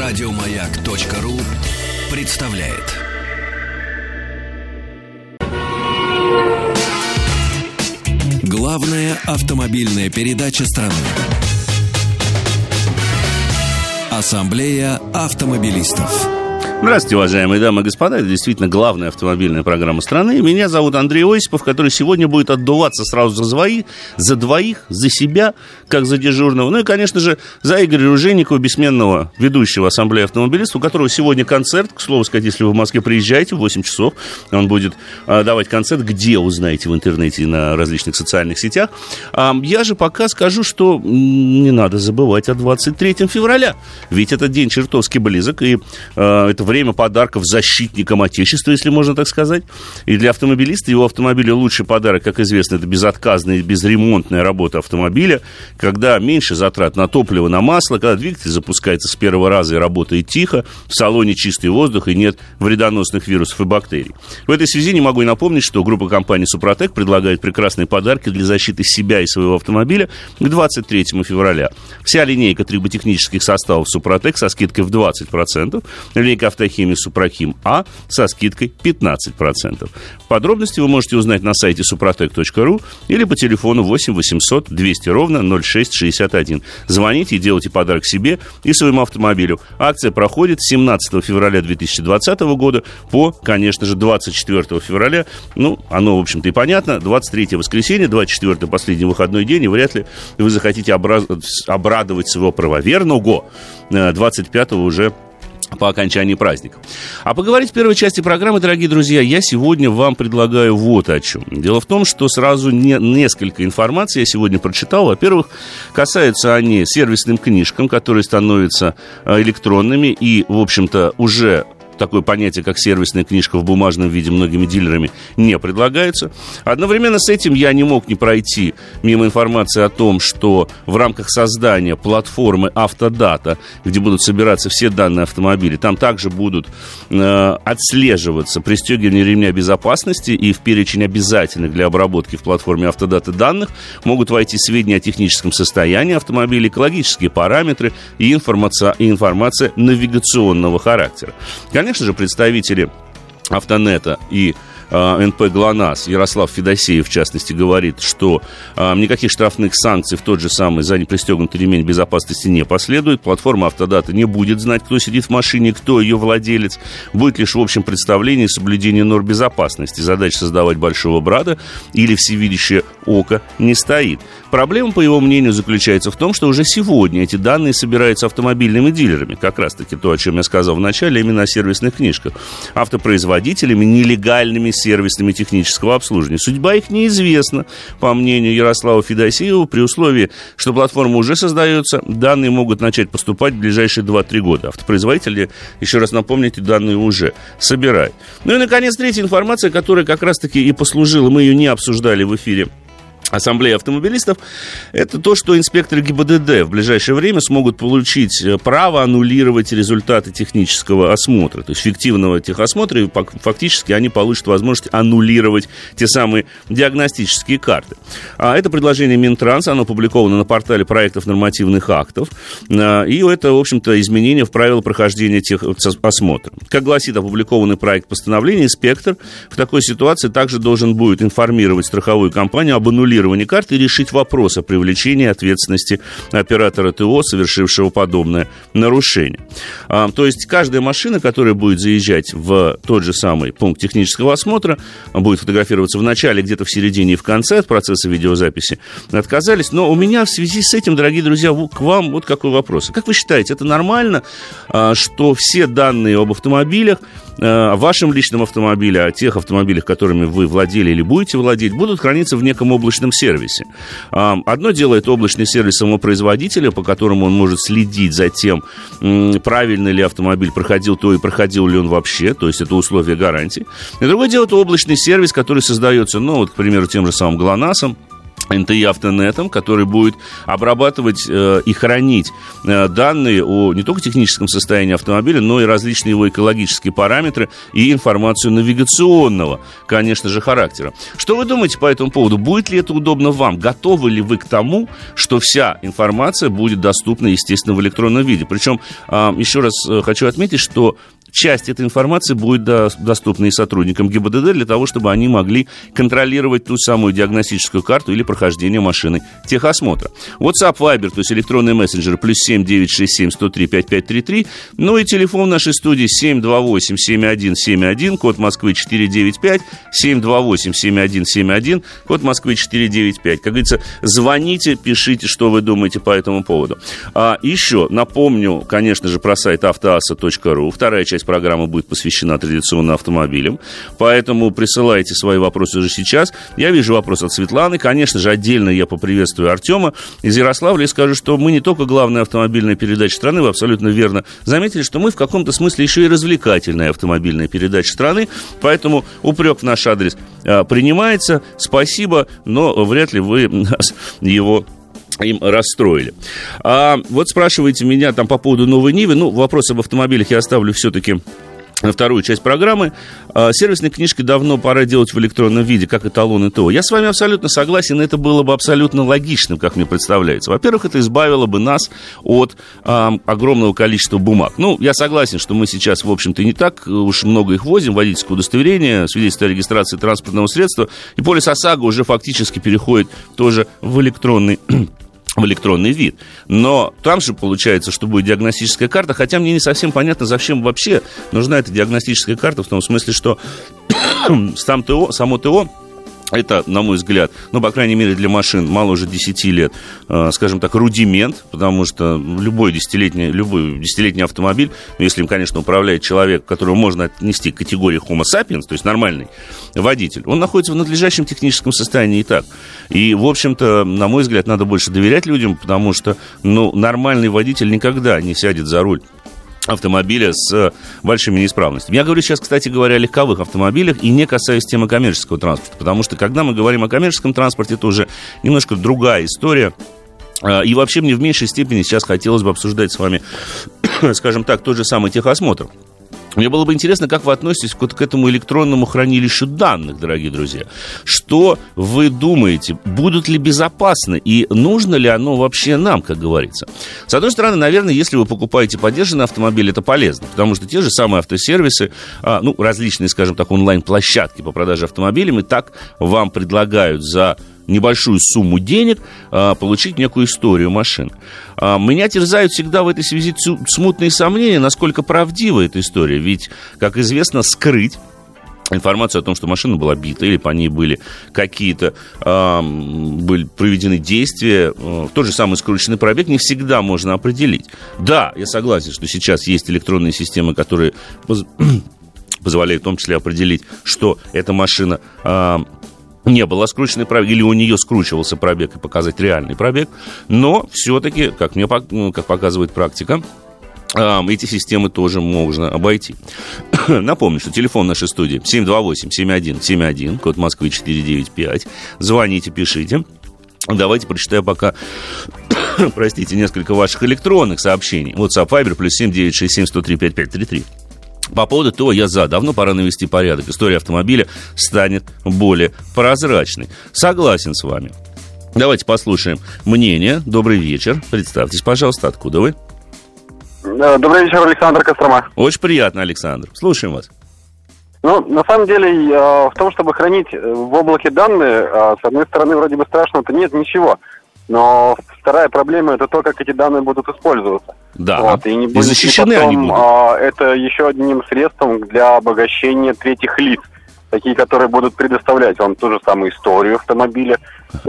Радиомаяк.ру представляет. Главная автомобильная передача страны. Ассамблея автомобилистов. Здравствуйте, уважаемые дамы и господа. Это действительно главная автомобильная программа страны. Меня зовут Андрей Осипов, который сегодня будет отдуваться сразу за двоих, за себя, как за дежурного. Ну и, конечно же, за Игоря Ружейникова, бессменного ведущего Ассамблеи автомобилистов, у которого сегодня концерт. К слову сказать, если вы в Москве приезжаете в 8 часов, он будет давать концерт, где узнаете в интернете и на различных социальных сетях. Я же пока скажу, что не надо забывать о 23 февраля. Ведь этот день чертовски близок, и это время подарков защитникам Отечества, если можно так сказать. И для автомобилиста его автомобилю лучший подарок, как известно, это безотказная и безремонтная работа автомобиля, когда меньше затрат на топливо, на масло, когда двигатель запускается с первого раза и работает тихо, в салоне чистый воздух и нет вредоносных вирусов и бактерий. В этой связи не могу и напомнить, что группа компании «Супротек» предлагает прекрасные подарки для защиты себя и своего автомобиля к 23 февраля. Вся линейка триботехнических составов «Супротек» со скидкой в 20%, линейка «Автохимия Супрохим А» со скидкой 15%. Подробности вы можете узнать на сайте suprotec.ru или по телефону 8 800 200 ровно 0661. Звоните и делайте подарок себе и своему автомобилю. Акция проходит с 17 февраля 2020 года по, конечно же, 24 февраля. Ну, оно, в общем-то, и понятно. 23 воскресенье, 24 последний выходной день, и вряд ли вы захотите обрадовать своего правоверного 25 уже по окончании праздника. А поговорить в первой части программы, дорогие друзья, я сегодня вам предлагаю вот о чем. Дело в том, что сразу несколько информации я сегодня прочитал. Во-первых, касаются они сервисным книжкам, которые становятся электронными и, в общем-то, уже такое понятие, как сервисная книжка в бумажном виде многими дилерами не предлагается. Одновременно с этим я не мог не пройти мимо информации о том, что в рамках создания платформы «Автодата», где будут собираться все данные автомобиля, там также будут отслеживаться пристегивание ремня безопасности, и в перечень обязательных для обработки в платформе «Автодата» данных могут войти сведения о техническом состоянии автомобиля, экологические параметры и информация навигационного характера. Конечно же, представители Автонета и НП «ГЛОНАСС» Ярослав Федосеев, в частности, говорит, что никаких штрафных санкций в тот же самый за непристегнутый ремень безопасности не последует. Платформа «Автодата» не будет знать, кто сидит в машине, кто ее владелец. Будет лишь в общем представлении соблюдение норм безопасности. Задача создавать большого брата или всевидящее око не стоит. Проблема, по его мнению, заключается в том, что уже сегодня эти данные собираются автомобильными дилерами. Как раз-таки то, о чем я сказал в начале, именно о сервисных книжках. Автопроизводителями, нелегальными сервисными технического обслуживания. Судьба их неизвестна, по мнению Ярослава Федосеева. При условии, что платформа уже создается, данные могут начать поступать в ближайшие 2-3 года. Автопроизводители, еще раз напомните, данные уже собирают. Ну и, наконец, третья информация, которая как раз-таки и послужила, мы ее не обсуждали в эфире Ассамблеи автомобилистов, это то, что инспекторы ГИБДД в ближайшее время смогут получить право аннулировать результаты технического осмотра, то есть фиктивного техосмотра, и фактически они получат возможность аннулировать те самые диагностические карты. Это предложение Минтранса, оно опубликовано на портале проектов нормативных актов, и это, в общем-то, изменение в правила прохождения техосмотра. Как гласит опубликованный проект постановления, инспектор в такой ситуации также должен будет информировать страховую компанию об аннулировании карты и решить вопрос о привлечении ответственности оператора ТО, совершившего подобное нарушение. То есть каждая машина, которая будет заезжать в тот же самый пункт технического осмотра, будет фотографироваться в начале, где-то в середине и в конце от процесса видеозаписи, отказались. Но у меня в связи с этим, дорогие друзья, к вам вот какой вопрос. Как вы считаете, это нормально, что все данные об автомобилях, о вашем личном автомобиле, о тех автомобилях, которыми вы владели или будете владеть, будут храниться в неком облачном сервисе? Одно дело — это облачный сервис самопроизводителя, по которому он может следить за тем, правильно ли автомобиль проходил то и проходил ли он вообще, то есть это условие гарантии. И другое дело — это облачный сервис, который создается, ну, вот, к примеру, тем же самым ГЛОНАССом, НТИ Автонетом, который будет обрабатывать и хранить данные о не только техническом состоянии автомобиля, но и различные его экологические параметры и информацию навигационного, конечно же, характера. Что вы думаете по этому поводу? Будет ли это удобно вам? Готовы ли вы к тому, что вся информация будет доступна, естественно, в электронном виде? Причем, еще раз хочу отметить, что часть этой информации будет доступна и сотрудникам ГИБДД для того, чтобы они могли контролировать ту самую диагностическую карту или прохождение машины техосмотра. WhatsApp, Viber, то есть электронные мессенджеры, +7 967 103 5533. Ну и телефон нашей студии 728-7171, код Москвы 495, 728-7171, код Москвы 495. Как говорится, звоните, пишите, что вы думаете по этому поводу. Еще напомню, конечно же, про сайт автоаса.ру. Вторая часть программы будет посвящена традиционно автомобилям, поэтому присылайте свои вопросы уже сейчас. Я вижу вопрос от Светланы. Конечно же, отдельно я поприветствую Артема из Ярославля и скажу, что мы не только главная автомобильная передача страны, вы абсолютно верно заметили, что мы в каком-то смысле еще и развлекательная автомобильная передача страны, поэтому упрек в наш адрес принимается. Спасибо, но вряд ли вы нас им расстроили. Вот спрашиваете меня там по поводу новой Нивы. Вопрос об автомобилях я оставлю все-таки на вторую часть программы. Сервисные книжки давно пора делать в электронном виде, как эталон ИТО. Я с вами абсолютно согласен, это было бы абсолютно логичным, как мне представляется. Во-первых, это избавило бы нас от огромного количества бумаг. Я согласен, что мы сейчас, в общем-то, не так уж много их возим. Водительское удостоверение, свидетельство о регистрации транспортного средства. И полис ОСАГО уже фактически переходит тоже в электронный вид. Но там же получается, что будет диагностическая карта, хотя мне не совсем понятно, зачем вообще нужна эта диагностическая карта, в том смысле, что само ТО, это, на мой взгляд, по крайней мере, для машин мало уже 10 лет, скажем так, рудимент, потому что любой десятилетний автомобиль, если им, конечно, управляет человек, которого можно отнести к категории Homo sapiens, то есть нормальный водитель, он находится в надлежащем техническом состоянии и так. И, в общем-то, на мой взгляд, надо больше доверять людям, потому что, нормальный водитель никогда не сядет за руль автомобиля с большими неисправностями. Я говорю сейчас, кстати говоря, о легковых автомобилях и не касаюсь темы коммерческого транспорта, потому что, когда мы говорим о коммерческом транспорте, это уже немножко другая история. И вообще мне в меньшей степени сейчас хотелось бы обсуждать с вами, скажем так, тот же самый техосмотр. Мне было бы интересно, как вы относитесь к этому электронному хранилищу данных, дорогие друзья. Что вы думаете, будут ли безопасны и нужно ли оно вообще нам, как говорится? С одной стороны, наверное, если вы покупаете подержанный автомобиль, это полезно, потому что те же самые автосервисы, различные, скажем так, онлайн-площадки по продаже автомобилей, и так вам предлагают за небольшую сумму денег получить некую историю машин. Меня терзают всегда в этой связи смутные сомнения, насколько правдива эта история. Ведь, как известно, скрыть информацию о том, что машина была бита, или по ней были какие-то были проведены действия, тот же самый скрученный пробег не всегда можно определить. Да, я согласен, что сейчас есть электронные системы, которые позволяют в том числе определить, что эта машина не было скрученный пробег, или у нее скручивался пробег, и показать реальный пробег. Но все-таки, как показывает практика, эти системы тоже можно обойти. Напомню, что телефон нашей студии 728-7171, код Москвы 495. Звоните, пишите. Давайте прочитаю пока, несколько ваших электронных сообщений. WhatsApp, Viber, +7 967 103 5533. По поводу того, я за. Давно пора навести порядок. История автомобиля станет более прозрачной. Согласен с вами. Давайте послушаем мнение. Добрый вечер. Представьтесь, пожалуйста, откуда вы? Добрый вечер, Александр, Кострома. Очень приятно, Александр. Слушаем вас. На самом деле, в том, чтобы хранить в облаке данные, с одной стороны, вроде бы страшного-то нет ничего. Но вторая проблема – это то, как эти данные будут использоваться. Да, и защищены они будут. Это еще одним средством для обогащения третьих лиц. Такие, которые будут предоставлять вам ту же самую историю автомобиля.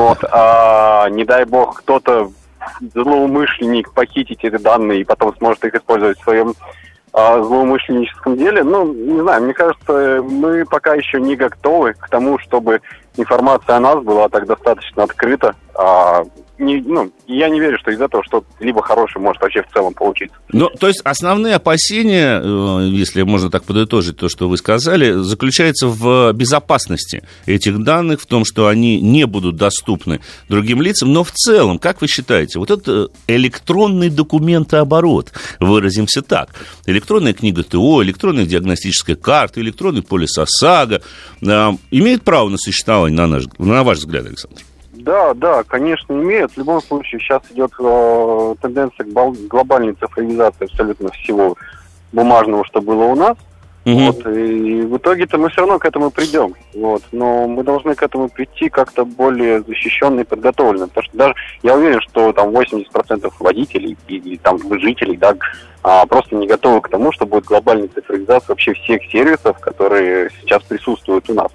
Не дай бог, кто-то, злоумышленник, похитить эти данные и потом сможет их использовать в своем злоумышленническом деле. Не знаю, мне кажется, мы пока еще не готовы к тому, чтобы информация о нас была так достаточно открыта Я не верю, что из этого что-то либо хорошее может вообще в целом получиться. Ну, то есть основные опасения, если можно так подытожить то, что вы сказали, заключаются в безопасности этих данных, в том, что они не будут доступны другим лицам. Но в целом, как вы считаете, вот этот электронный документооборот, выразимся так, электронная книга ТО, электронная диагностическая карта, электронный полис ОСАГО, имеет право на существование, на ваш взгляд, Александр? Да, конечно, имеют. В любом случае, сейчас идет тенденция к глобальной цифровизации абсолютно всего бумажного, что было у нас. Вот, и в итоге-то мы все равно к этому придем. Вот, но мы должны к этому прийти как-то более защищенно и подготовленно. Потому что даже я уверен, что там 80% водителей или там жителей, да, просто не готовы к тому, что будет глобальная цифровизация вообще всех сервисов, которые сейчас присутствуют у нас.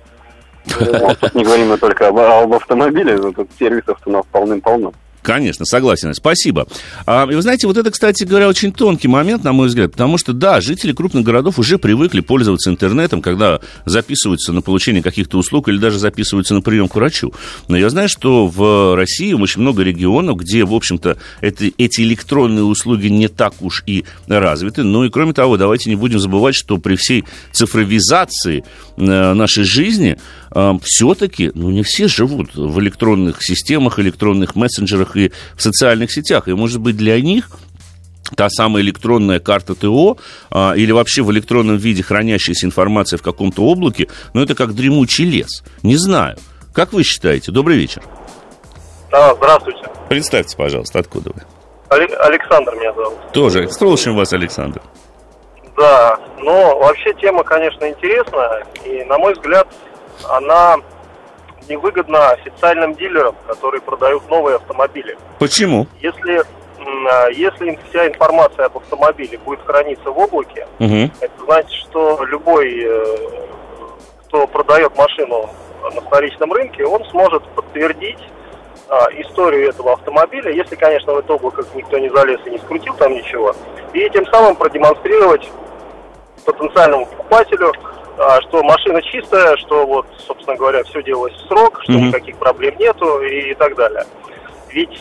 Тут не говорим мы только об автомобиле, но тут сервисов-то у нас полным-полно. Конечно, согласен. Спасибо. И вы знаете, вот это, кстати говоря, очень тонкий момент, на мой взгляд, потому что, да, жители крупных городов уже привыкли пользоваться интернетом, когда записываются на получение каких-то услуг или даже записываются на прием к врачу. Но я знаю, что в России очень много регионов, где, в общем-то, эти электронные услуги не так уж и развиты. Ну и, кроме того, давайте не будем забывать, что при всей цифровизации нашей жизни все-таки, не все живут в электронных системах, электронных мессенджерах и в социальных сетях. И, может быть, для них та самая электронная карта ТО или вообще в электронном виде хранящаяся информация в каком-то облаке, это как дремучий лес. Не знаю. Как вы считаете? Добрый вечер. Здравствуйте. Представьте, пожалуйста, откуда вы? Александр меня зовут. Тоже. Слушаем вас, Александр. Да, вообще тема, конечно, интересная. И, на мой взгляд, она невыгодна официальным дилерам, которые продают новые автомобили. Почему? Если вся информация об автомобиле будет храниться в облаке, это значит, что любой, кто продает машину на вторичном рынке, он сможет подтвердить историю этого автомобиля, если, конечно, в это облако никто не залез и не скрутил там ничего, и тем самым продемонстрировать потенциальному покупателю, что машина чистая, что собственно говоря, все делалось в срок, что никаких проблем нету и так далее. Ведь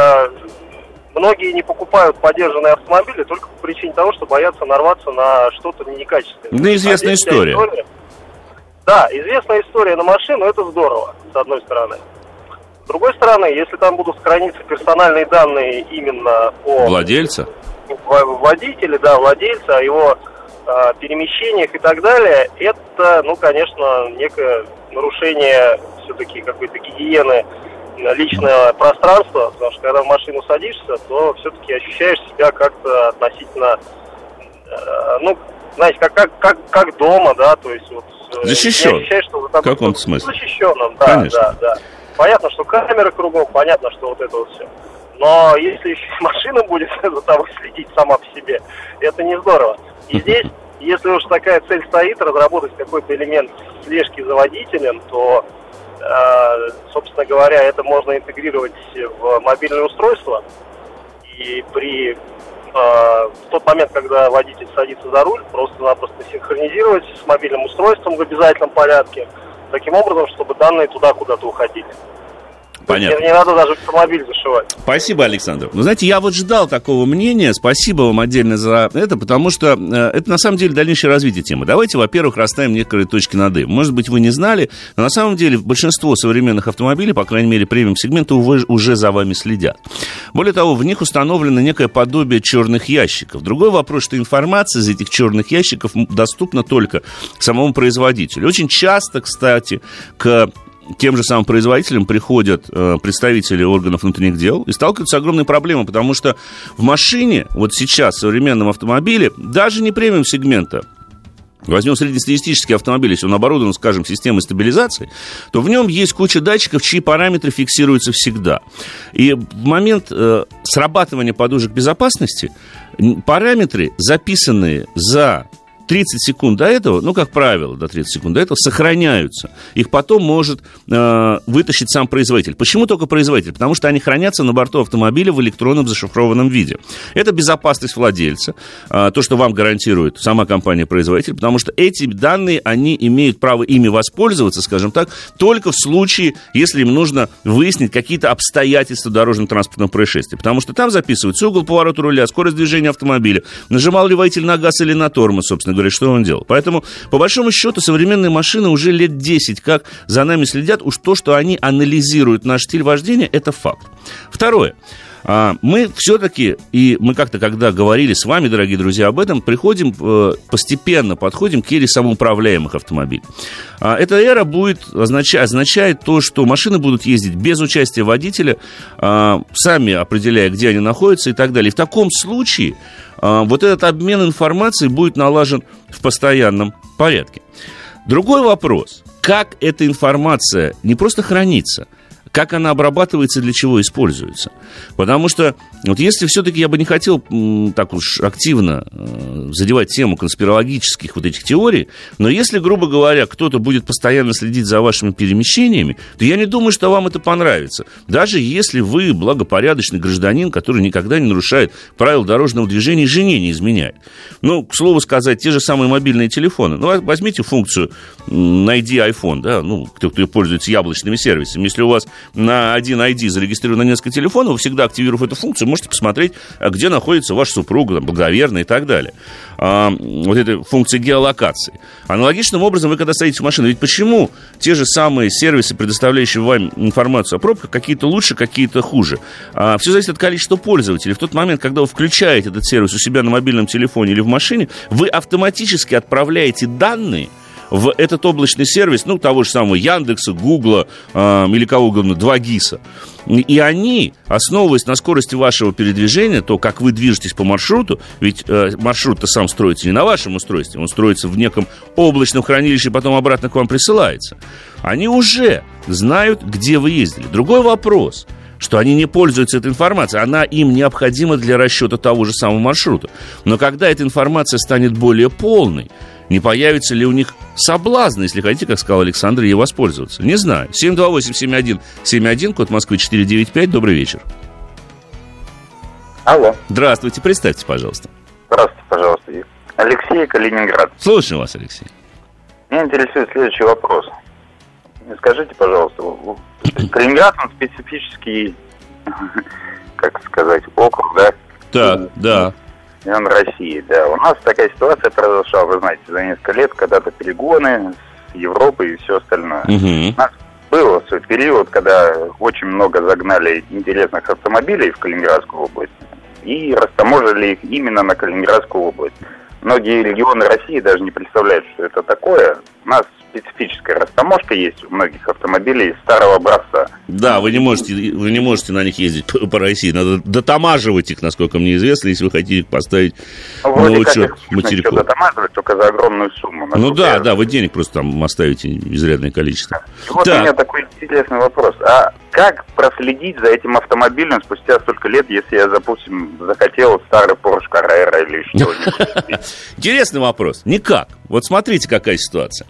многие не покупают подержанные автомобили только по причине того, что боятся нарваться на что-то некачественное. Известная история. Да, известная история на машину, это здорово, с одной стороны. С другой стороны, если там будут храниться персональные данные именно о владельца, водителя, да, владельца, о его перемещениях и так далее, это, конечно, некое нарушение все-таки какой-то гигиены личного пространства, потому что когда в машину садишься, то все-таки ощущаешь себя как-то относительно, знаете, как дома, да, то есть защищен. Ощущаешь, что в каком-то смысле. Защищенным, да, да. Понятно, что камеры кругом, понятно, что это все. Но если еще машина будет за тобой следить сама по себе, это не здорово. И здесь, если уж такая цель стоит, разработать какой-то элемент слежки за водителем, то, собственно говоря, это можно интегрировать в мобильное устройство. И в тот момент, когда водитель садится за руль, просто-напросто синхронизировать с мобильным устройством в обязательном порядке, таким образом, чтобы данные туда куда-то уходили. Понятно. Не надо даже автомобиль зашивать. Спасибо, Александр. Знаете, я ждал такого мнения. Спасибо вам отдельно за это, потому что это на самом деле дальнейшее развитие темы. Давайте, во-первых, расставим некоторые точки над «и». Может быть, вы не знали, но на самом деле большинство современных автомобилей, по крайней мере, премиум-сегмента, уже за вами следят. Более того, в них установлено некое подобие черных ящиков. Другой вопрос, что информация из этих черных ящиков доступна только самому производителю. Очень часто, кстати, к тем же самым производителям приходят представители органов внутренних дел и сталкиваются с огромной проблемой, потому что в машине, сейчас в современном автомобиле, даже не премиум-сегмента, возьмем среднестатистический автомобиль, если он оборудован, скажем, системой стабилизации, то в нем есть куча датчиков, чьи параметры фиксируются всегда. И в момент срабатывания подушек безопасности параметры, записанные за 30 секунд до этого, ну, как правило, до 30 секунд до этого сохраняются. Их потом может вытащить сам производитель. Почему только производитель? Потому что они хранятся на борту автомобиля в электронном зашифрованном виде. Это безопасность владельца, то, что вам гарантирует сама компания-производитель, потому что эти данные, они имеют право ими воспользоваться, скажем так, только в случае, если им нужно выяснить какие-то обстоятельства дорожно-транспортного происшествия. Потому что там записывается угол поворота руля, скорость движения автомобиля, нажимал ли водитель на газ или на тормоз, собственно говоря, что он делал. Поэтому, по большому счету, современные машины уже лет 10 как за нами следят. Уж то, что они анализируют наш стиль вождения, это факт. Второе. Мы все-таки, и мы как-то, когда говорили с вами, дорогие друзья, об этом, постепенно подходим к эре самоуправляемых автомобилей. Эта эра означает то, что машины будут ездить без участия водителя, сами определяя, где они находятся и так далее. И в таком случае вот этот обмен информацией будет налажен в постоянном порядке. Другой вопрос, как эта информация не просто хранится, как она обрабатывается и для чего используется. Потому что, вот если все-таки я бы не хотел так уж активно задевать тему конспирологических вот этих теорий, но если, грубо говоря, кто-то будет постоянно следить за вашими перемещениями, то я не думаю, что вам это понравится. Даже если вы благопорядочный гражданин, который никогда не нарушает правил дорожного движения и жене не изменяет. Ну, к слову сказать, те же самые мобильные телефоны. Ну, возьмите функцию «Найди iPhone», да, ну, кто пользуется яблочными сервисами. Если у вас на один ID зарегистрировано несколько телефонов, вы всегда, активировав эту функцию, можете посмотреть, где находится ваш супруг, благоверный и так далее. Вот эта функция геолокации. Аналогичным образом, вы когда садитесь в машину, ведь почему те же самые сервисы, предоставляющие вам информацию о пробках, какие-то лучше, какие-то хуже? Все зависит от количества пользователей. В тот момент, когда вы включаете этот сервис у себя на мобильном телефоне или в машине, вы автоматически отправляете данные в этот облачный сервис, ну, того же самого Яндекса, Гугла или кого угодно, 2GIS. И они, основываясь на скорости вашего передвижения, то, как вы движетесь по маршруту, ведь маршрут-то сам строится не на вашем устройстве, он строится в неком облачном хранилище, потом обратно к вам присылается. Они уже знают, где вы ездили. Другой вопрос, что они не пользуются этой информацией, она им необходима для расчета того же самого маршрута. Но когда эта информация станет более полной, не появится ли у них соблазн, если хотите, как сказал Александр, ей воспользоваться? Не знаю. 728-7171, код Москвы 495. Добрый вечер. Алло. Здравствуйте, представьте, пожалуйста. Здравствуйте, пожалуйста. Алексей, Калининград. Слушаю вас, Алексей. Меня интересует следующий вопрос. Скажите, пожалуйста, Калининград, он специфический, как сказать, округ, да? Так, да. Он России, да. У нас такая ситуация произошла, вы знаете, за несколько лет, когда-то перегоны с Европой и все остальное. У нас был свой период, когда очень много загнали интересных автомобилей в Калининградскую область и растаможили их именно на Калининградскую область. Многие регионы России даже не представляют, что это такое. У нас специфическая растаможка есть у многих автомобилей старого образца. Да, вы не можете на них ездить по России. Надо дотамаживать их, насколько мне известно, если вы хотите их поставить на учет материку. Дотамаживать только за огромную сумму. Ну да, вы денег просто там оставите изрядное количество. Вот у меня такой интересный вопрос. А как проследить за этим автомобилем спустя столько лет, если я, допустим, захотел старый Porsche Carrera или что-нибудь? Интересный вопрос. Никак. Вот смотрите, какая ситуация.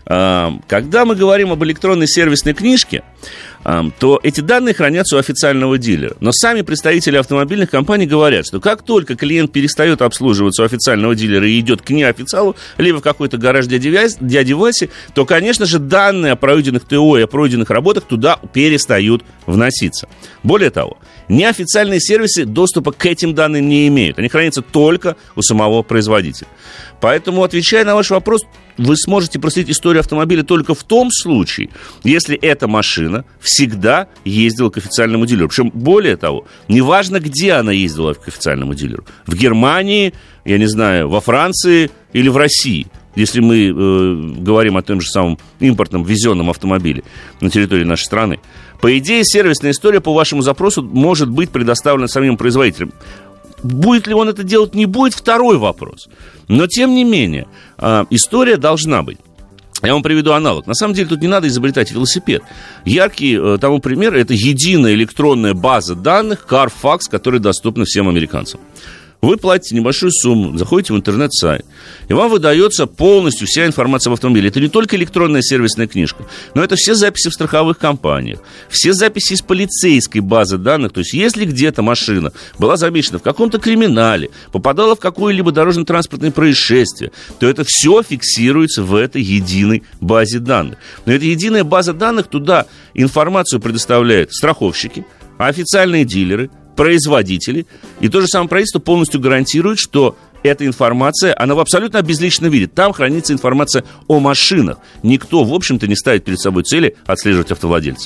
Когда мы говорим об электронной сервисной книжке, то эти данные хранятся у официального дилера. Но сами представители автомобильных компаний говорят, что как только клиент перестает обслуживаться у официального дилера и идет к неофициалу, либо в какой-то гараж дяди Васи, то, конечно же, данные о пройденных ТО и о пройденных работах туда перестают вноситься. Более того, неофициальные сервисы доступа к этим данным не имеют. Они хранятся только у самого производителя. Поэтому, отвечая на ваш вопрос, вы сможете проследить историю автомобиля только в том случае, если эта машина всегда ездила к официальному дилеру. Причем, более того, неважно, где она ездила к официальному дилеру. В Германии, я не знаю, во Франции или в России. Если мы говорим о том же самом импортном везенном автомобиле на территории нашей страны. По идее, сервисная история по вашему запросу может быть предоставлена самим производителем. Будет ли он это делать, не будет, второй вопрос. Но, тем не менее, история должна быть. Я вам приведу аналог. На самом деле, тут не надо изобретать велосипед. Яркий тому пример – это единая электронная база данных Carfax, которая доступна всем американцам. Вы платите небольшую сумму, заходите в интернет-сайт, и вам выдается полностью вся информация об автомобиле. Это не только электронная сервисная книжка, но это все записи в страховых компаниях, все записи из полицейской базы данных. То есть, если где-то машина была замечена в каком-то криминале, попадала в какое-либо дорожно-транспортное происшествие, то это все фиксируется в этой единой базе данных. Но эта единая база данных, туда информацию предоставляют страховщики, официальные дилеры, производители, и то же самое правительство полностью гарантирует, что эта информация, она в абсолютно обезличенном виде. Там хранится информация о машинах. Никто, в общем-то, не ставит перед собой цели отслеживать автовладельцев.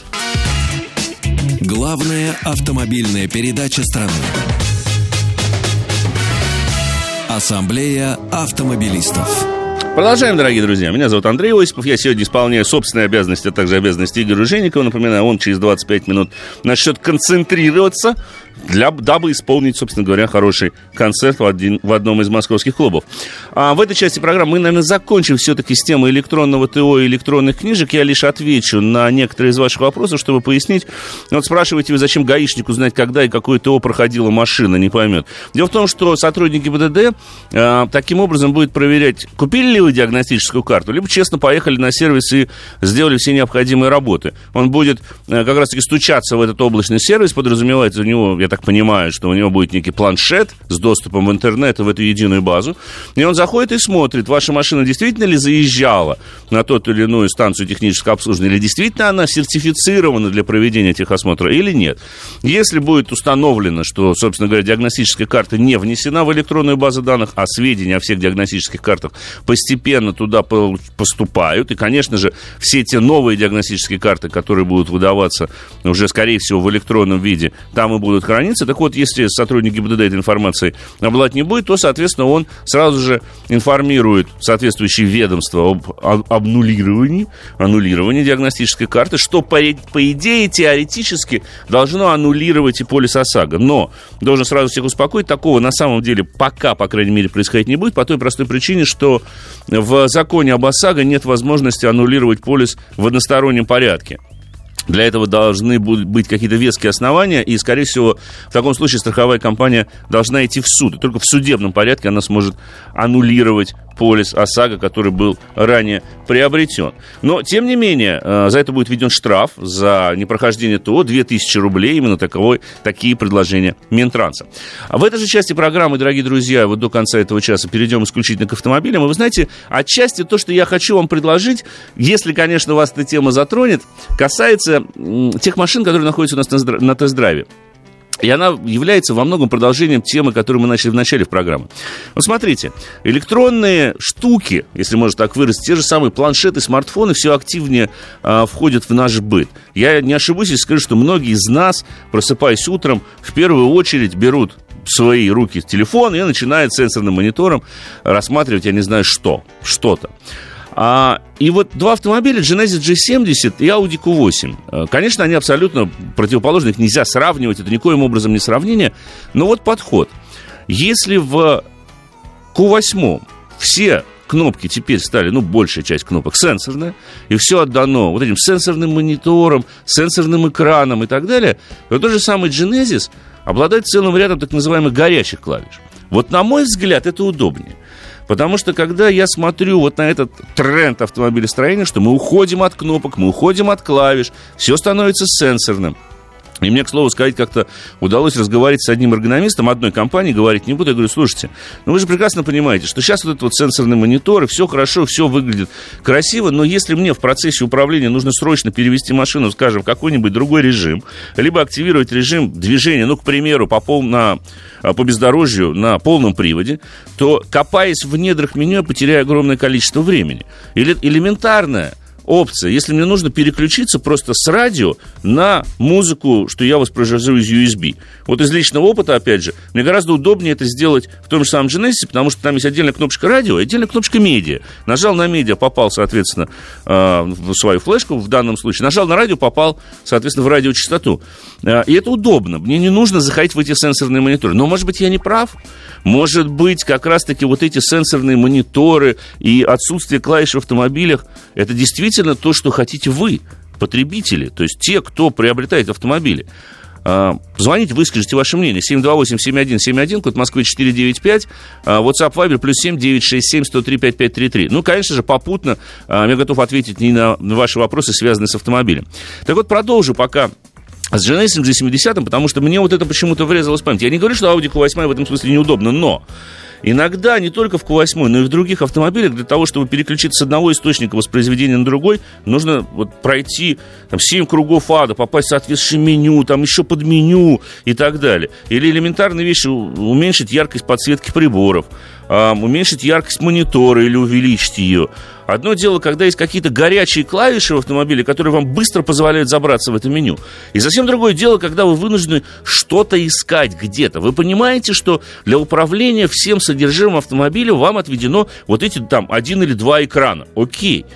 Главная автомобильная передача страны. Ассамблея автомобилистов. Продолжаем, дорогие друзья. Меня зовут Андрей Осипов. Я сегодня исполняю собственные обязанности, а также обязанности Игоря Женикова. Напоминаю, он через 25 минут начнет концентрироваться, дабы исполнить, собственно говоря, хороший концерт в одном из московских клубов. А в этой части программы мы, наверное, закончим все-таки с темой электронного ТО и электронных книжек. Я лишь отвечу на некоторые из ваших вопросов, чтобы пояснить. Вот спрашиваете вы, зачем гаишнику знать, когда и какое ТО проходила машина, не поймет. Дело в том, что сотрудники ГИБДД таким образом будут проверять, купили ли вы диагностическую карту, либо честно поехали на сервис и сделали все необходимые работы. Он будет как раз-таки стучаться в этот облачный сервис, подразумевается у него, я так понимаю, что у него будет некий планшет с доступом в интернет и в эту единую базу, и он заходит и смотрит, ваша машина действительно ли заезжала на ту или иную станцию технического обслуживания, или действительно она сертифицирована для проведения техосмотра, или нет. Если будет установлено, что, собственно говоря, диагностическая карта не внесена в электронную базу данных, а сведения о всех диагностических картах постепенно туда поступают, и, конечно же, все те новые диагностические карты, которые будут выдаваться уже, скорее всего, в электронном виде, там и будут храниться. Так вот, если сотрудник ГИБДД этой информацией обладать не будет, то, соответственно, он сразу же информирует соответствующие ведомства об аннулировании диагностической карты, что, по идее, теоретически должно аннулировать и полис ОСАГО. Но, должен сразу всех успокоить, такого на самом деле пока, по крайней мере, происходить не будет, по той простой причине, что в законе об ОСАГО нет возможности аннулировать полис в одностороннем порядке. Для этого должны быть какие-то веские основания, и, скорее всего, в таком случае страховая компания должна идти в суд. И только в судебном порядке она сможет аннулировать полис ОСАГО, который был ранее приобретен. Но, тем не менее, за это будет введен штраф за непрохождение ТО 2000 рублей. Именно такие предложения Минтранса. А в этой же части программы, дорогие друзья, вот до конца этого часа перейдем исключительно к автомобилям. И вы знаете, отчасти то, что я хочу вам предложить, если, конечно, вас эта тема затронет, касается тех машин, которые находятся у нас на тест-драйве. И она является во многом продолжением темы, которую мы начали в начале программы. Вот смотрите, электронные штуки, если можно так выразить, те же самые планшеты, смартфоны, все активнее входят в наш быт. Я не ошибусь, если скажу, что многие из нас, просыпаясь утром, в первую очередь берут в свои руки телефон и начинают сенсорным монитором рассматривать, я не знаю, что-то. И вот два автомобиля, Genesis G70 и Audi Q8. Конечно, они абсолютно противоположны, их нельзя сравнивать, это никоим образом не сравнение. Но вот подход. Если в Q8 все кнопки теперь стали, большая часть кнопок сенсорная, и все отдано вот этим сенсорным монитором, сенсорным экраном и так далее, то тот же самый Genesis обладает целым рядом так называемых горячих клавиш. Вот, на мой взгляд, это удобнее. Потому что, когда я смотрю вот на этот тренд автомобилестроения, что мы уходим от кнопок, мы уходим от клавиш, все становится сенсорным. И мне, к слову сказать, как-то удалось разговаривать с одним эргономистом одной компании, говорить не буду. Я говорю, слушайте, вы же прекрасно понимаете, что сейчас вот этот вот сенсорный монитор, и все хорошо, все выглядит красиво, но если мне в процессе управления нужно срочно перевести машину, скажем, в какой-нибудь другой режим, либо активировать режим движения, к примеру, по бездорожью на полном приводе, то, копаясь в недрах меню, я потеряю огромное количество времени. Или элементарная опция, если мне нужно переключиться просто с радио на музыку, что я воспроизвожу из USB. Вот из личного опыта, опять же, мне гораздо удобнее это сделать в том же самом Genesis, потому что там есть отдельная кнопочка радио и отдельная кнопочка медиа. Нажал на медиа, попал, соответственно, в свою флешку, в данном случае. Нажал на радио, попал, соответственно, в радиочастоту. И это удобно. Мне не нужно заходить в эти сенсорные мониторы. Но, может быть, я не прав. Может быть, как раз-таки вот эти сенсорные мониторы и отсутствие клавиш в автомобилях, это действительно то, что хотите вы, потребители, то есть те, кто приобретает автомобили. Звоните, выскажите ваше мнение. 728-7171, код Москвы 495, WhatsApp, Viber, +7 967 103 5533. Ну, конечно же, попутно я готов ответить и на ваши вопросы, связанные с автомобилем. Так вот, продолжу пока с Genesis G70, потому что мне вот это почему-то врезалось в память. Я не говорю, что Audi Q8 в этом смысле неудобно, но иногда не только в Q8, но и в других автомобилях для того, чтобы переключиться с одного источника воспроизведения на другой, нужно вот пройти там, 7 кругов ада, попасть в соответствующее меню, там еще под меню и так далее. Или элементарные вещи, уменьшить яркость подсветки приборов, уменьшить яркость монитора или увеличить ее. Одно дело, когда есть какие-то горячие клавиши в автомобиле, которые вам быстро позволяют забраться в это меню. И совсем другое дело, когда вы вынуждены что-то искать где-то. Вы понимаете, что для управления всем содержимым автомобиля вам отведено вот эти там 1 или 2 экрана. Окей.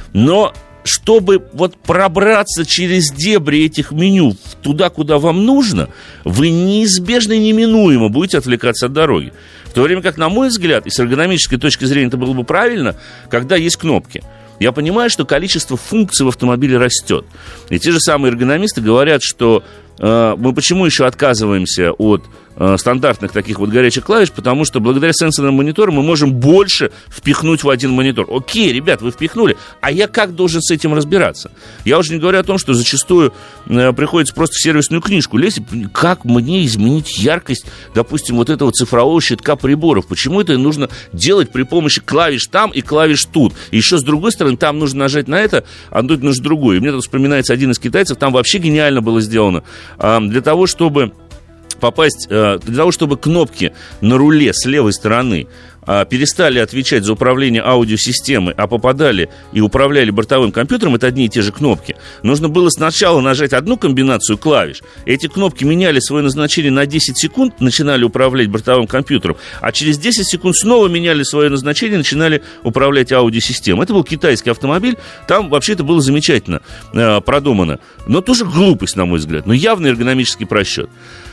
Но чтобы вот пробраться через дебри этих меню туда, куда вам нужно, вы неизбежно и неминуемо будете отвлекаться от дороги. В то время как, на мой взгляд, и с эргономической точки зрения это было бы правильно, когда есть кнопки. Я понимаю, что количество функций в автомобиле растет. И те же самые эргономисты говорят, что мы почему еще отказываемся от стандартных таких вот горячих клавиш, потому что благодаря сенсорным мониторам мы можем больше впихнуть в один монитор. Окей, ребят, вы впихнули, а я как должен с этим разбираться? Я уже не говорю о том, что зачастую приходится просто в сервисную книжку лезть, как мне изменить яркость, допустим, вот этого цифрового щитка приборов. Почему это нужно делать при помощи клавиш там и клавиш тут? И еще с другой стороны, там нужно нажать на это, а тут нужно другое. И мне тут вспоминается один из китайцев, там вообще гениально было сделано. Для того, чтобы попасть, для того, чтобы кнопки на руле с левой стороны перестали отвечать за управление аудиосистемой, а попадали и управляли бортовым компьютером, это одни и те же кнопки, нужно было сначала нажать одну комбинацию клавиш, эти кнопки меняли свое назначение на 10 секунд, начинали управлять бортовым компьютером, а через 10 секунд снова меняли свое назначение, начинали управлять аудиосистемой. Это был китайский автомобиль, там вообще это было замечательно продумано, но тоже глупость, на мой взгляд, но явный эргономический просчет.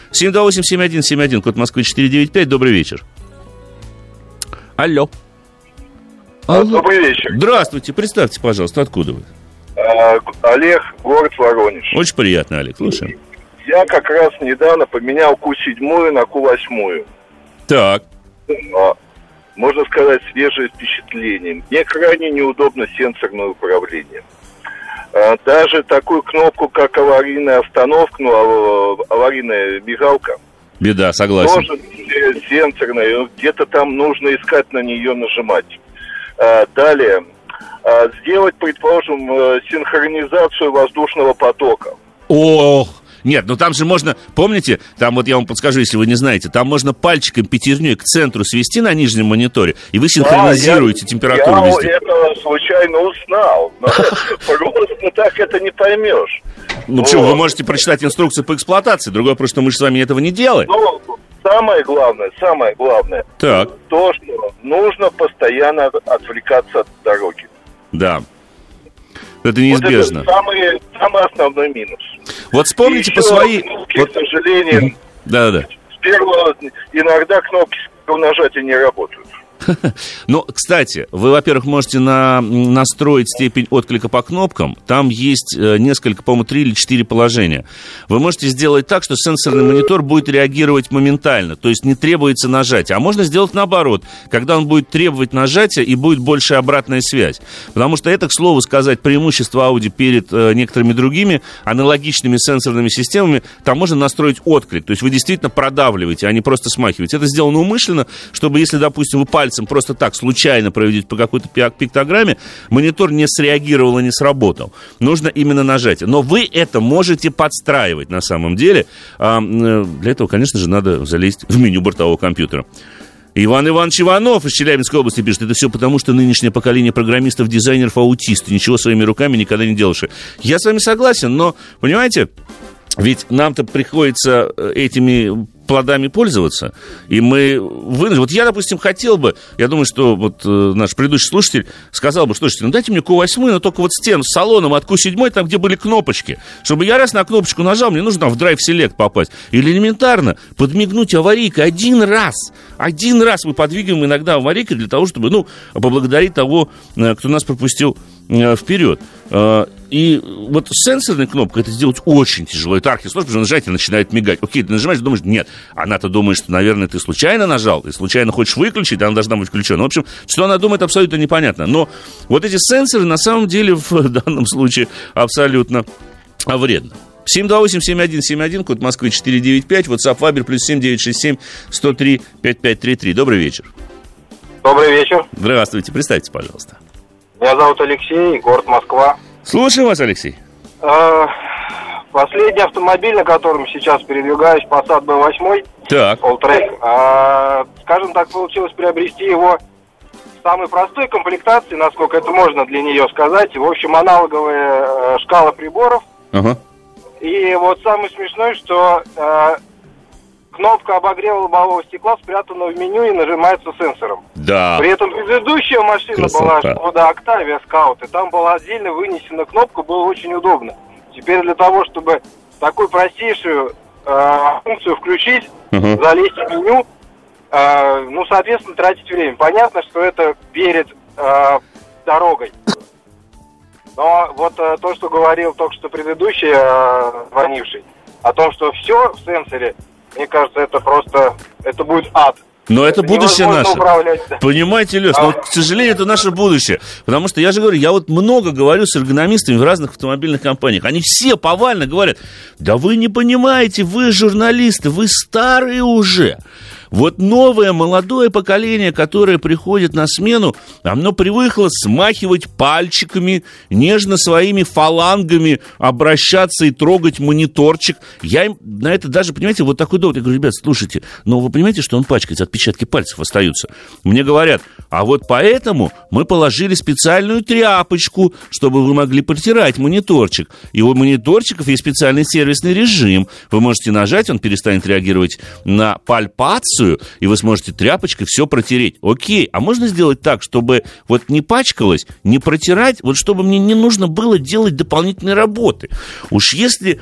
728-7171, код Москвы 495, добрый вечер. Алло. Добрый вечер. Здравствуйте, представьте, пожалуйста, откуда вы? Olег, город Воронеж. Очень приятно, Олег, слушаем. Я как раз недавно поменял Q7 на Q8. Так. Можно сказать, свежее впечатление. Мне крайне неудобно сенсорное управление. Даже такую кнопку, как аварийная остановка, аварийная мигалка. Беда, согласен. Тоже сенсорная, где-то там нужно искать, на нее нажимать. Далее, сделать, предположим, синхронизацию воздушного потока. Ох! Нет, ну там же можно, помните, там вот я вам подскажу, если вы не знаете, там можно пальчиком пятерней к центру свести на нижнем мониторе, и вы синхронизируете температуру везде. Я это случайно узнал, но просто так это не поймешь. Ну почему, вы можете прочитать инструкцию по эксплуатации, другое просто, что мы же с вами этого не делаем. Ну, самое главное, так. То, что нужно постоянно отвлекаться от дороги. Да. Это неизбежно. Вот это самый основной минус. Вот вспомните по своей... К сожалению, да. с первого иногда кнопки с первого нажатия не работают. Ну, кстати, вы, во-первых, можете настроить степень отклика по кнопкам. Там есть несколько, по-моему, 3 или 4 положения. Вы можете сделать так, что сенсорный монитор будет реагировать моментально, то есть не требуется нажатия. А можно сделать наоборот, когда он будет требовать нажатия и будет больше обратная связь. Потому что это, к слову сказать, преимущество Audi перед некоторыми другими аналогичными сенсорными системами. Там можно настроить отклик, то есть вы действительно продавливаете, а не просто смахиваете. Это сделано умышленно, чтобы, если, допустим, вы пальцем просто так случайно проведете по какой-то пиктограмме, монитор не среагировал и не сработал. Нужно именно нажатие. Но вы это можете подстраивать на самом деле. Для этого, конечно же, надо залезть в меню бортового компьютера. Иван Иванович Иванов из Челябинской области пишет: это все потому, что нынешнее поколение программистов, дизайнеров, аутисты, ничего своими руками никогда не делавшие. Я с вами согласен, но, понимаете, ведь нам-то приходится этими плодами пользоваться, и мы вынуждены. Вот я, допустим, хотел бы, я думаю, что вот наш предыдущий слушатель сказал бы, слушайте, ну дайте мне Q8, но только вот с салоном от Q7, там, где были кнопочки, чтобы я раз на кнопочку нажал, мне нужно там в Drive Select попасть. Или элементарно подмигнуть аварийкой один раз мы подвигаем иногда аварийкой для того, чтобы, поблагодарить того, кто нас пропустил вперед. И вот с сенсорной кнопкой это сделать очень тяжело. Это архисложно, потому что нажать и начинает мигать. Окей, ты нажимаешь, думаешь, нет. Она-то думает, что, наверное, ты случайно нажал, ты случайно хочешь выключить, она должна быть включена. В общем, что она думает, абсолютно непонятно. Но вот эти сенсоры на самом деле в данном случае абсолютно вредны. 728-7171, код Москвы 495, WhatsApp, Viber, плюс 7967-103-5533. Добрый вечер. Добрый вечер. Здравствуйте, представьте, пожалуйста. Меня зовут Алексей, город Москва. Слушаю вас, Алексей. Последний автомобиль, на котором сейчас передвигаюсь, Passat B8, Так. Alltrack. Скажем так, получилось приобрести его в самой простой комплектации, насколько это можно для нее сказать. В общем, аналоговая шкала приборов. Ага. И вот самое смешное, что кнопка обогрева лобового стекла спрятана в меню и нажимается сенсором. Да. При этом предыдущая машина была Skoda Octavia Scout, и там была отдельно вынесена кнопка, было очень удобно. Теперь для того, чтобы такую простейшую функцию включить, залезть в меню, соответственно, тратить время. Понятно, что это перед дорогой. Но вот то, что говорил только что предыдущий звонивший, о том, что все в сенсоре, мне кажется, это просто, это будет ад. Но это будущее наше. Да. Понимаете, Леш, но, к сожалению, это наше будущее. Потому что, я же говорю, я вот много говорю с эргономистами в разных автомобильных компаниях. Они все повально говорят, да вы не понимаете, вы журналисты, вы старые уже. Вот новое, молодое поколение, которое приходит на смену, оно привыкло смахивать пальчиками, нежно своими фалангами обращаться и трогать мониторчик. Я им на это даже, понимаете, вот такой довод. Я говорю, ребят, слушайте, но вы понимаете, что он пачкается, отпечатки пальцев остаются. Мне говорят, а вот поэтому мы положили специальную тряпочку, чтобы вы могли протирать мониторчик. И у мониторчиков есть специальный сервисный режим. Вы можете нажать, он перестанет реагировать на пальпацию, и вы сможете тряпочкой все протереть. Окей, а можно сделать так, чтобы вот не пачкалось, не протирать, вот чтобы мне не нужно было делать дополнительные работы. Уж если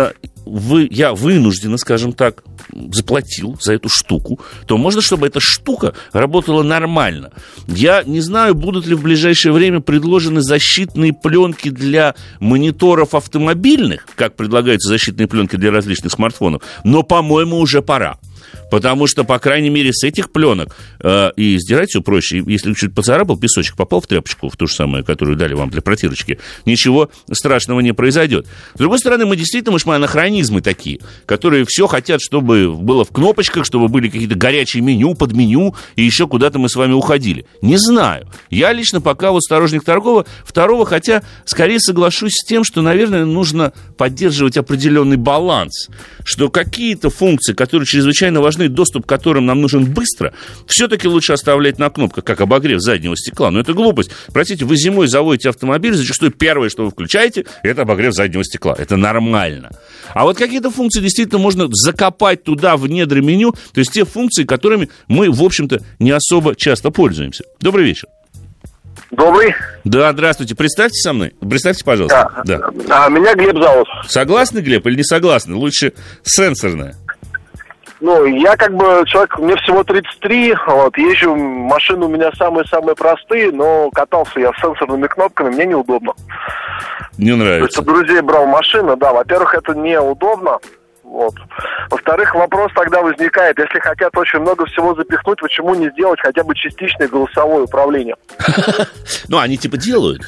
я вынужденно, скажем так, заплатил за эту штуку, то можно, чтобы эта штука работала нормально. Я не знаю, будут ли в ближайшее время предложены защитные пленки для мониторов автомобильных, как предлагаются защитные пленки для различных смартфонов, но, по-моему, уже пора. Потому что, по крайней мере, с этих пленок и сдирать все проще. Если чуть поцарапал, песочек попал в тряпочку, в ту же самую, которую дали вам для протирочки, ничего страшного не произойдет. С другой стороны, мы действительно, мы анахронизмы такие, которые все хотят, чтобы было в кнопочках, чтобы были какие-то горячие меню, подменю, и еще куда-то мы с вами уходили. Не знаю. Я лично пока вот сторонник второго, хотя скорее соглашусь с тем, что, наверное, нужно поддерживать определенный баланс, что какие-то функции, которые чрезвычайно важны, доступ к которым нам нужен быстро, все-таки лучше оставлять на кнопках, как обогрев заднего стекла. Но это глупость. Простите, вы зимой заводите автомобиль, зачастую первое, что вы включаете, это обогрев заднего стекла. Это нормально. А вот какие-то функции действительно можно закопать туда, в недра меню, то есть те функции, которыми мы, в общем-то, не особо часто пользуемся. Добрый вечер. Добрый. Да, здравствуйте. Представьте со мной. Представьте, пожалуйста. Да. Меня Глеб зовут. Согласны, Глеб, или не согласны? Лучше сенсорная. Я человек, мне всего 33, езжу, машины у меня самые-самые простые, но катался я с сенсорными кнопками, мне неудобно. Не нравится. То есть у друзей брал машину, да, во-первых, это неудобно, Во-вторых, вопрос тогда возникает, если хотят очень много всего запихнуть, почему не сделать хотя бы частичное голосовое управление? Они делают.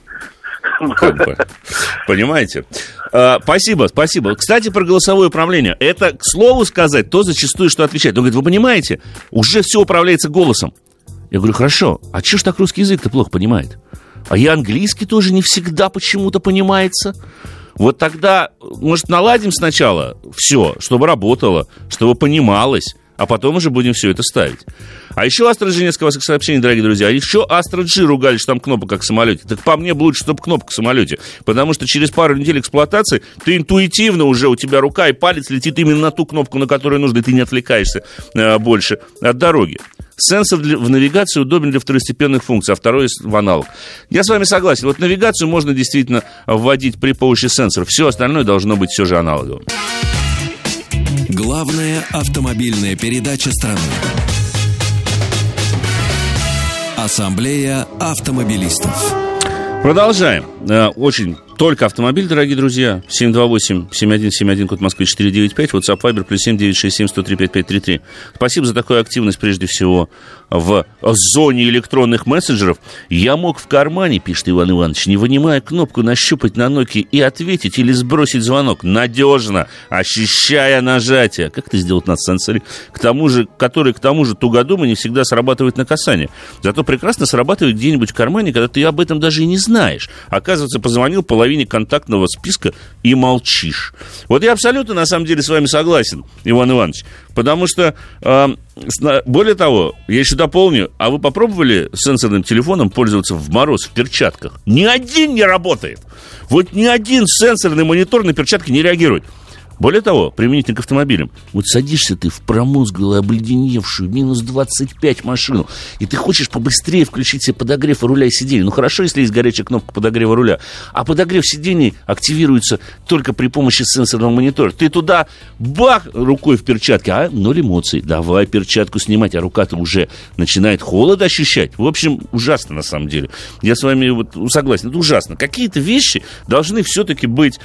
Понимаете? Спасибо. Кстати, про голосовое управление. Это, к слову сказать, то зачастую, что отвечает. Он говорит, вы понимаете, уже все управляется голосом. Я говорю, хорошо, а чего ж так русский язык-то плохо понимает? А и английский тоже не всегда почему-то понимается. Вот тогда, может, наладим сначала все, чтобы работало, чтобы понималось, а потом уже будем все это ставить. А еще Астра G, несколько ваших сообщений, дорогие друзья. А еще Астра G ругали, что там кнопка как в самолете. Так по мне лучше, чтобы кнопка в самолете. Потому что через пару недель эксплуатации ты интуитивно уже, у тебя рука и палец летит именно на ту кнопку, на которую нужно, и ты не отвлекаешься больше от дороги. Сенсор в навигации удобен для второстепенных функций, а второй в аналог. Я с вами согласен. Вот навигацию можно действительно вводить при помощи сенсоров. Все остальное должно быть все же аналоговым. Главная автомобильная передача страны. Ассамблея автомобилистов. Продолжаем. Очень только автомобиль, дорогие друзья. 728-7171, код Москвы 495, WhatsApp, Viber, плюс 7-967-103-5533. Спасибо за такую активность, прежде всего, в зоне электронных мессенджеров. Я мог в кармане, пишет Иван Иванович, не вынимая кнопку, нащупать на Nokia и ответить или сбросить звонок. Надежно, ощущая нажатие. Как это сделать на сенсоре? Который, к тому же, тугодум и не всегда срабатывает на касание. Зато прекрасно срабатывает где-нибудь в кармане, когда ты об этом даже и не знаешь. Оказывается, позвонил половине контактного списка и молчишь. Вот я абсолютно, на самом деле, с вами согласен, Иван Иванович. Потому что, более того, я еще дополню, а вы попробовали сенсорным телефоном пользоваться в мороз в перчатках? Ни один не работает. Вот ни один сенсорный монитор на перчатки не реагирует. Более того, применительно к автомобилям. Вот садишься ты в промозглую, обледеневшую, минус 25 машину, и ты хочешь побыстрее включить себе подогрев руля и сидений. Ну, хорошо, если есть горячая кнопка подогрева руля. А подогрев сидений активируется только при помощи сенсорного монитора. Ты туда, бах, рукой в перчатке, ноль эмоций. Давай перчатку снимать, а рука-то уже начинает холод ощущать. В общем, ужасно, на самом деле. Я с вами согласен, это ужасно. Какие-то вещи должны все-таки быть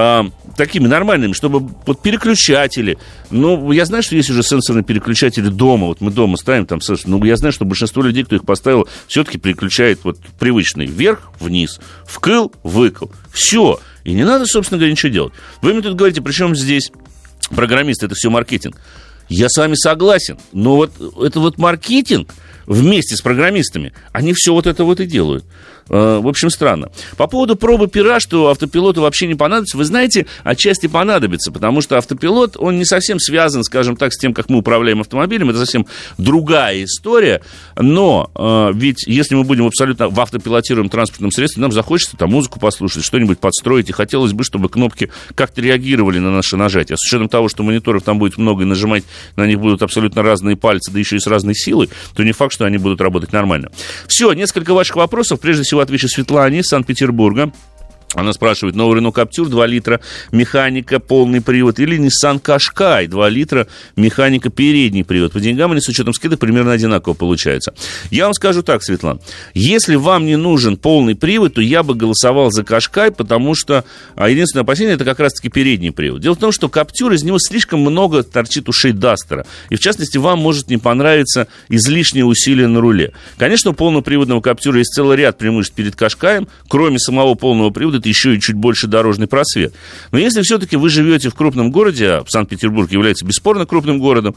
такими нормальными, чтобы вот переключатели. Ну, я знаю, что есть уже сенсорные переключатели дома. Вот мы дома ставим там сенсор. Но я знаю, что большинство людей, кто их поставил, все-таки переключает вот привычный вверх-вниз, вкл, выкл. Все. И не надо, собственно говоря, ничего делать. Вы мне тут говорите, причем здесь программисты, это все маркетинг. Я с вами согласен. Но вот это вот маркетинг вместе с программистами, они все вот это вот и делают. В общем, странно. По поводу пробы пера, что автопилоту вообще не понадобится, вы знаете, отчасти понадобится, потому что автопилот, он не совсем связан, скажем так, с тем, как мы управляем автомобилем, это совсем другая история, но ведь если мы будем абсолютно в автопилотируемом транспортном средстве, нам захочется там музыку послушать, что-нибудь подстроить, и хотелось бы, чтобы кнопки как-то реагировали на наше нажатие. С учетом того, что мониторов там будет много, и нажимать на них будут абсолютно разные пальцы, да еще и с разной силой, то не факт, что они будут работать нормально. Все, несколько ваших вопросов, прежде всего отвечу Светлане из Санкт-Петербурга. Она спрашивает, новый Renault Captur, 2 литра, механика, полный привод, или Nissan Qashqai, 2 литра, механика, передний привод. По деньгам они с учетом скидок примерно одинаково получается. Я вам скажу так, Светлана, если вам не нужен полный привод, то я бы голосовал за Qashqai, потому что единственное опасение, это как раз-таки передний привод. Дело в том, что Captur, из него слишком много торчит ушей Дастера, и в частности, вам может не понравиться излишнее усилие на руле. Конечно, у полноприводного Captur есть целый ряд преимуществ перед Qashqai, кроме самого полного привода, еще и чуть больше дорожный просвет. Но если все-таки вы живете в крупном городе, а Санкт-Петербург является бесспорно крупным городом,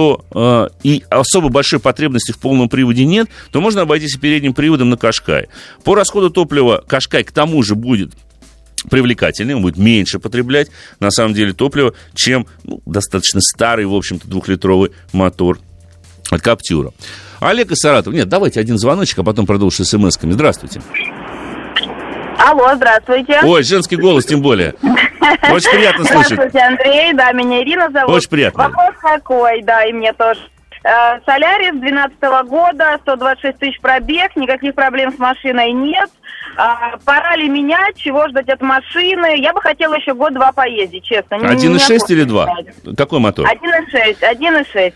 то и особо большой потребности в полном приводе нет, то можно обойтись и передним приводом на Qashqai. По расходу топлива Qashqai к тому же будет привлекательный, он будет меньше потреблять, на самом деле, топлива, чем достаточно старый, в общем-то, 2-литровый мотор от Captur. Олег из Саратова. Нет, давайте один звоночек, а потом продолжим с смс-ками. Здравствуйте. Алло, здравствуйте. Ой, женский голос, тем более. Очень приятно слышать. Здравствуйте, Андрей. Да, меня Ирина зовут. Очень приятно. Вопрос какой, да, и мне тоже. Солярис 2012 года, 126 тысяч пробег, никаких проблем с машиной нет. Пора ли менять, чего ждать от машины? Я бы хотела еще год-два поездить, честно. 1.6 или 2? Какой мотор? 1.6.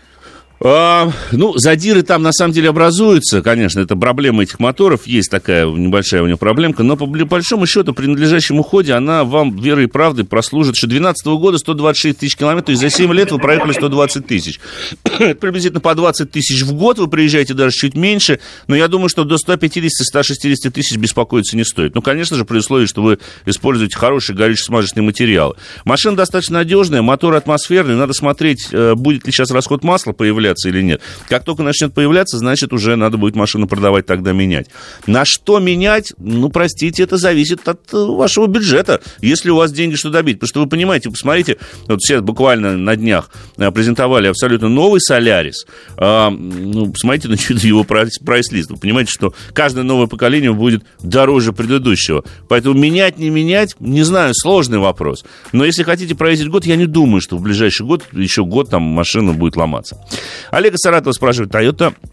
Задиры там на самом деле образуются, конечно, это проблема этих моторов, есть такая небольшая у него проблемка, но по большому счету при надлежащем уходе она вам верой и правдой прослужит, что 2012 года 126 тысяч километров, то есть за 7 лет вы проехали 120 тысяч. Это приблизительно по 20 тысяч в год, вы приезжаете даже чуть меньше, но я думаю, что до 150-160 тысяч беспокоиться не стоит. Ну, конечно же, при условии, что вы используете хорошие горюче-смазочные материалы. Машина достаточно надежная, мотор атмосферный, надо смотреть, будет ли сейчас расход масла появляться или нет. Как только начнет появляться, значит, уже надо будет машину продавать, тогда менять. На что менять? Ну, простите, это зависит от вашего бюджета, если у вас деньги что добить. Потому что вы понимаете, посмотрите, вот все буквально на днях презентовали абсолютно новый Солярис. Посмотрите на его прайс-лист. Вы понимаете, что каждое новое поколение будет дороже предыдущего. Поэтому менять, не менять, не знаю, сложный вопрос. Но если хотите проездить год, я не думаю, что в ближайший год, еще год, там машина будет ломаться. Олег из Саратова спрашивает, Toyota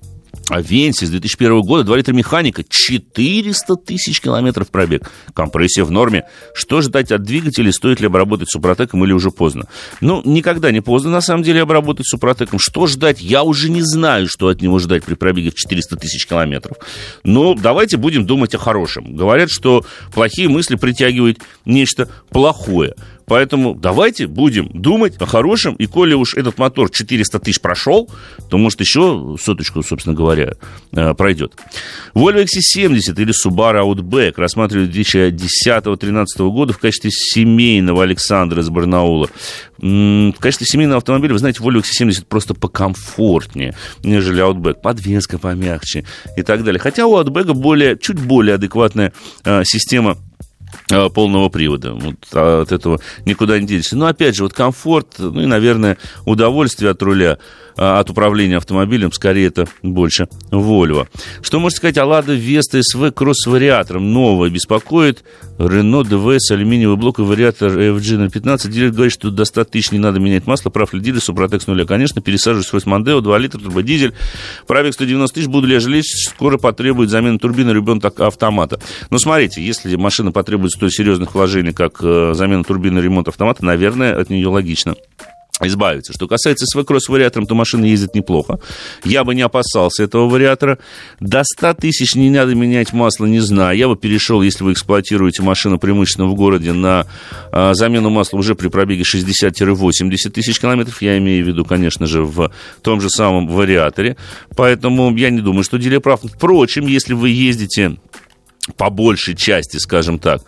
Авенсис 2001 года, 2 литра механика, 400 тысяч километров пробег. Компрессия в норме. Что ждать от двигателей? Стоит ли обработать Супротеком или уже поздно? Ну, никогда не поздно, на самом деле, обработать Супротеком. Что ждать? Я уже не знаю, что от него ждать при пробеге в 400 тысяч километров. Но давайте будем думать о хорошем. Говорят, что плохие мысли притягивают нечто плохое. Поэтому давайте будем думать о хорошем. И коли уж этот мотор 400 тысяч прошел, то, может, еще соточку, собственно говоря, пройдет. Volvo XC70 или Subaru Outback рассматривают 2010-2013 года в качестве семейного Александра из Барнаула. В качестве семейного автомобиля, вы знаете, Volvo XC70 просто покомфортнее, нежели Outback. Подвеска помягче и так далее. Хотя у Outback чуть более адекватная система полного привода. Вот от этого никуда не денешься. Но, опять же, вот комфорт, ну и, наверное, удовольствие от руля, от управления автомобилем, скорее это больше Volvo. Что можете сказать о Lada Vesta SV Cross с вариатором? Новое беспокоит. Renault DVS, алюминиевый блок и вариатор FG015. Дилер говорит, что до 100 тысяч не надо менять масло. Прав ли дилер? Супротек с нуля. Конечно, пересаживаюсь в Форд Мондео, 2 литра, турбодизель. Пробег 190 тысяч. Буду ли я жалеть? Скоро потребует замены турбины ремонт автомата. Но смотрите, если машина потребует столь серьезных вложений, как замена турбины, ремонт автомата, наверное, от нее логично избавиться. Что касается SV Cross с вариатором, то машина ездит неплохо. Я бы не опасался этого вариатора. До 100 тысяч не надо менять масло, не знаю. Я бы перешел, если вы эксплуатируете машину преимущественно в городе, на замену масла уже при пробеге 60-80 тысяч километров. Я имею в виду, конечно же, в том же самом вариаторе. Поэтому я не думаю, что дилер прав. Впрочем, если вы ездите по большей части, скажем так,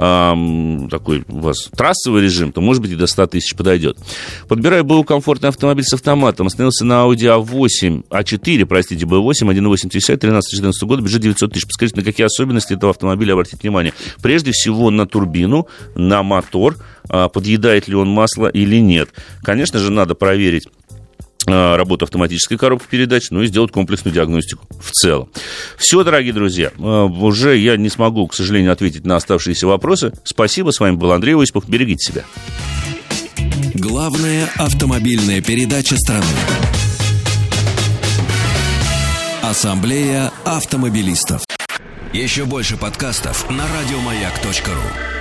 такой у вас трассовый режим, то, может быть, и до 100 тысяч подойдет. Подбираю БУ комфортный автомобиль с автоматом. Остановился на Audi A4, B8, 1.8 TSI, 13-14 года, бюджет 900 тысяч. Подскажите, на какие особенности этого автомобиля обратить внимание? Прежде всего, на турбину, на мотор, подъедает ли он масло или нет. Конечно же, надо проверить работу автоматической коробки передач, ну и сделать комплексную диагностику в целом. Все, дорогие друзья, уже я не смогу, к сожалению, ответить на оставшиеся вопросы. Спасибо, с вами был Андрей Осипов. Берегите себя. Главная автомобильная передача страны. Ассамблея автомобилистов. Еще больше подкастов на радиомаяк.ру.